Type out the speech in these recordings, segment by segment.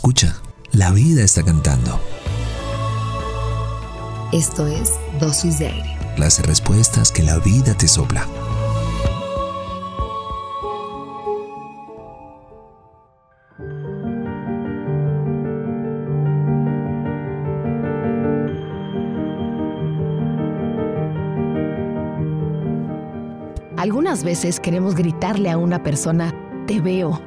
Escucha, la vida está cantando. Esto es Dosis de Aire. Las respuestas que la vida te sopla. Algunas veces queremos gritarle a una persona: te veo,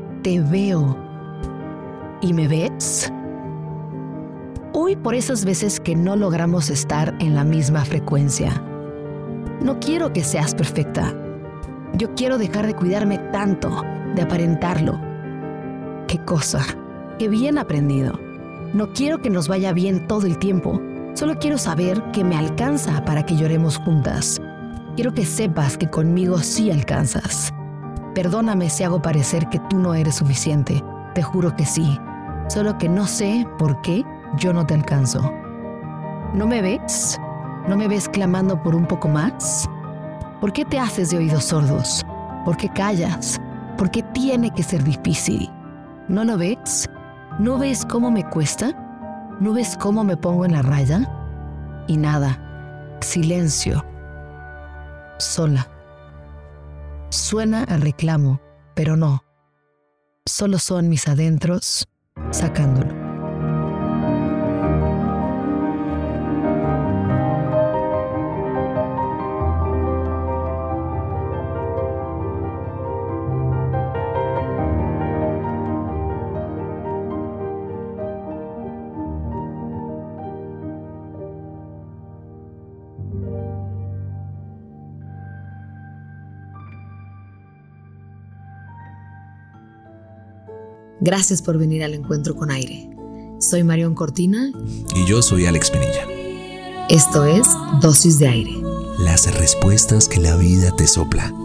¿y me ves? Hoy por esas veces que no logramos estar en la misma frecuencia. No quiero que seas perfecta. Yo quiero dejar de cuidarme tanto, de aparentarlo. Qué cosa, qué bien aprendido. No quiero que nos vaya bien todo el tiempo. Solo quiero saber que me alcanza para que lloremos juntas. Quiero que sepas que conmigo sí alcanzas. Perdóname si hago parecer que tú no eres suficiente. Te juro que sí. Solo que no sé por qué yo no te alcanzo. ¿No me ves? ¿No me ves clamando por un poco más? ¿Por qué te haces de oídos sordos? ¿Por qué callas? ¿Por qué tiene que ser difícil? ¿No lo ves? ¿No ves cómo me cuesta? ¿No ves cómo me pongo en la raya? Y nada. Silencio. Sola. Suena a reclamo, pero no. Solo son mis adentros sacándolo. Gracias por venir al Encuentro con Aire. Soy Marion Cortina. Y yo soy Alex Pinilla. Esto es Dosis de Aire. Las respuestas que la vida te sopla.